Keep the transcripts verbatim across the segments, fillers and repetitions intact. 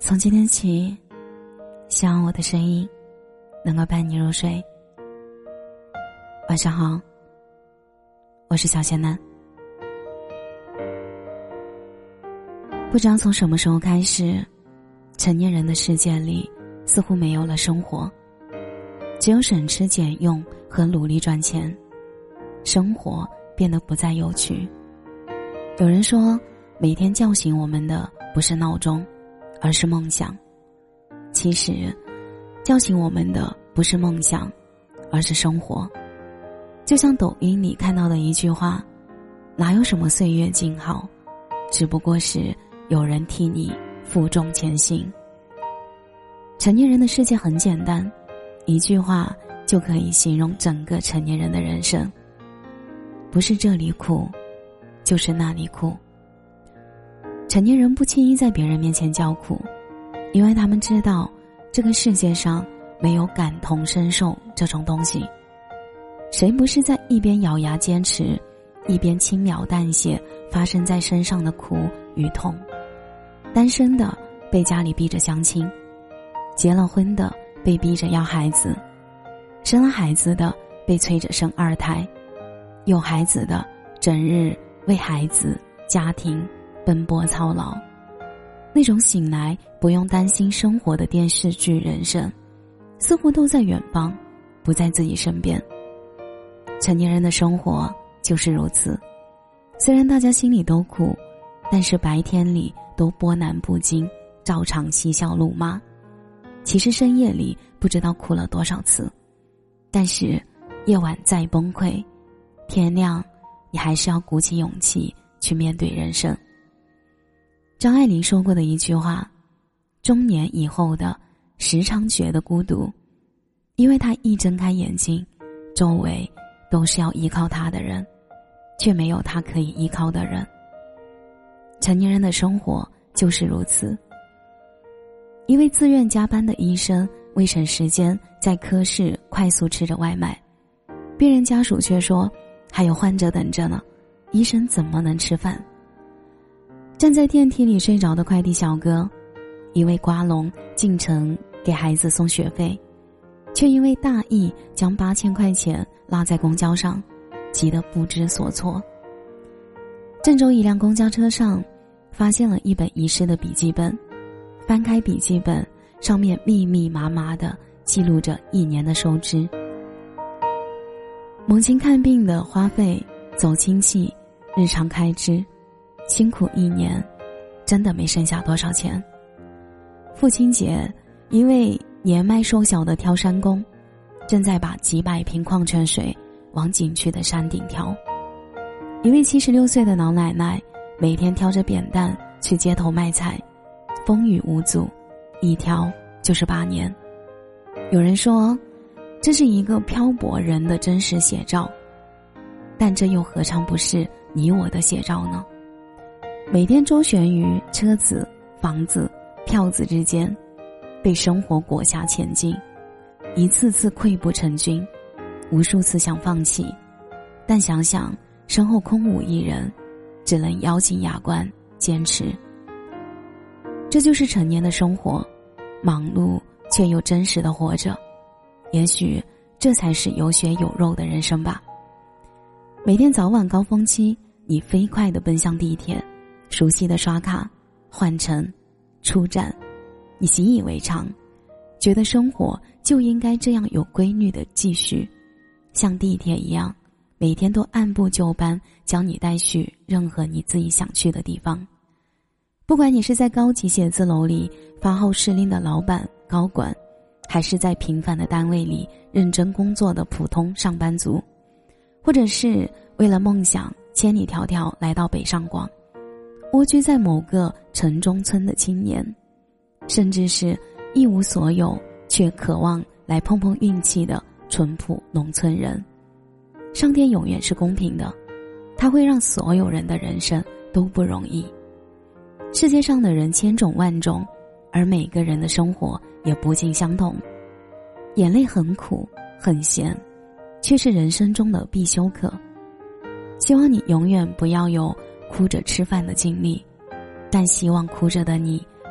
从今天起，希望我的声音能够伴你入睡。晚上好，我是小仙男。不知道从什么时候开始，成年人的世界里似乎没有了生活，只有省吃俭用和努力赚钱，生活变得不再有趣。有人说，每天叫醒我们的不是闹钟，而是梦想。其实叫醒我们的不是梦想，而是生活。就像抖音里看到的一句话，哪有什么岁月静好，只不过是有人替你负重前行。成年人的世界很简单，一句话就可以形容整个成年人的人生，不是这里苦，就是那里苦。成年人不轻易在别人面前叫苦，因为他们知道这个世界上没有感同身受这种东西。谁不是在一边咬牙坚持，一边轻描淡写发生在身上的苦与痛？单身的被家里逼着相亲，结了婚的被逼着要孩子，生了孩子的被催着生二胎，有孩子的整日为孩子家庭奔波操劳。那种醒来不用担心生活的电视剧人生，似乎都在远方，不在自己身边。成年人的生活就是如此，虽然大家心里都苦，但是白天里都波澜不惊，照常嬉笑怒骂。其实深夜里不知道哭了多少次，但是夜晚再崩溃，天亮你还是要鼓起勇气去面对人生。张爱玲说过的一句话，中年以后的时常觉得孤独，因为她一睁开眼睛，周围都是要依靠她的人，却没有她可以依靠的人。成年人的生活就是如此，一位自愿加班的医生为省时间在科室快速吃着外卖，病人家属却说还有患者等着呢，医生怎么能吃饭？站在电梯里睡着的快递小哥，一位瓜农进城给孩子送学费，却因为大意将八千块钱落在公交上，急得不知所措。郑州一辆公交车上发现了一本遗失的笔记本，翻开笔记本，上面密密麻麻地记录着一年的收支。母亲看病的花费，走亲戚，日常开支，辛苦一年，真的没剩下多少钱。父亲节，一位年迈瘦小的挑山工，正在把几百瓶矿泉水往景区的山顶挑。一位七十六岁的老奶奶，每天挑着扁担去街头卖菜，风雨无阻，一挑就是八年。有人说，这是一个漂泊人的真实写照，但这又何尝不是你我的写照呢？每天周旋于车子、房子、票子之间，被生活裹挟前进，一次次溃不成军，无数次想放弃，但想想身后空无一人，只能咬紧牙关坚持。这就是成年的生活，忙碌却又真实的活着，也许这才是有血有肉的人生吧。每天早晚高峰期，你飞快地奔向地铁，熟悉的刷卡、换乘、出站，你习以为常，觉得生活就应该这样有规律地继续，像地铁一样，每天都按部就班将你带去任何你自己想去的地方。不管你是在高级写字楼里发号施令的老板、高管，还是在平凡的单位里认真工作的普通上班族，或者是为了梦想千里迢迢来到北上广，蜗居在某个城中村的青年，甚至是一无所有却渴望来碰碰运气的淳朴农村人，上天永远是公平的，它会让所有人的人生都不容易。世界上的人千种万种，而每个人的生活也不尽相同。眼泪很苦很咸，却是人生中的必修课。希望你永远不要有哭着吃饭的经历，但希望哭着的你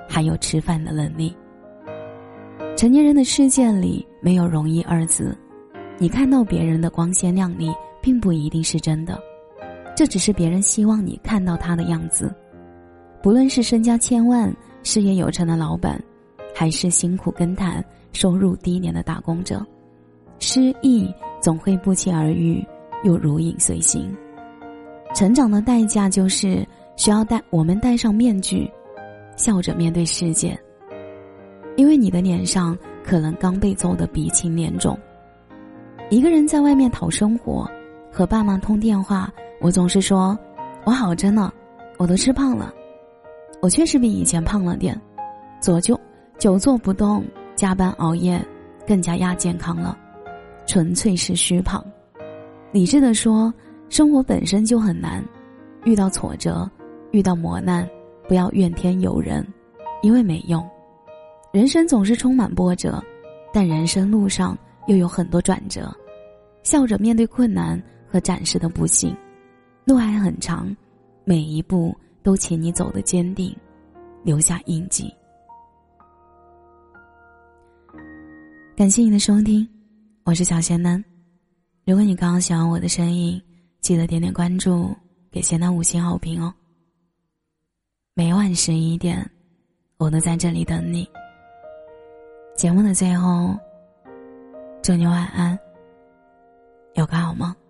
还有吃饭的能力。成年人的世界里没有容易二字，你看到别人的光鲜亮丽并不一定是真的，这只是别人希望你看到他的样子。不论是身家千万事业有成的老板，还是辛苦耕耘收入低廉的打工者，失意总会不期而遇，又如影随形。成长的代价就是需要戴我们戴上面具，笑着面对世界。因为你的脸上可能刚被揍得鼻青脸肿。一个人在外面讨生活，和爸妈通电话，我总是说我好着呢，我都吃胖了。我确实比以前胖了点，左就久坐不动，加班熬夜，更加亚健康了，纯粹是虚胖。理智地说，生活本身就很难，遇到挫折，遇到磨难，不要怨天尤人，因为没用。人生总是充满波折，但人生路上又有很多转折，笑着面对困难和暂时的不幸。路还很长，每一步都请你走得坚定，留下印记。感谢你的收听，我是小仙男。如果你刚刚喜欢我的声音，记得点点关注，给仙男五星好评哦。每晚十一点，我都在这里等你。节目的最后，祝你晚安，有个好梦。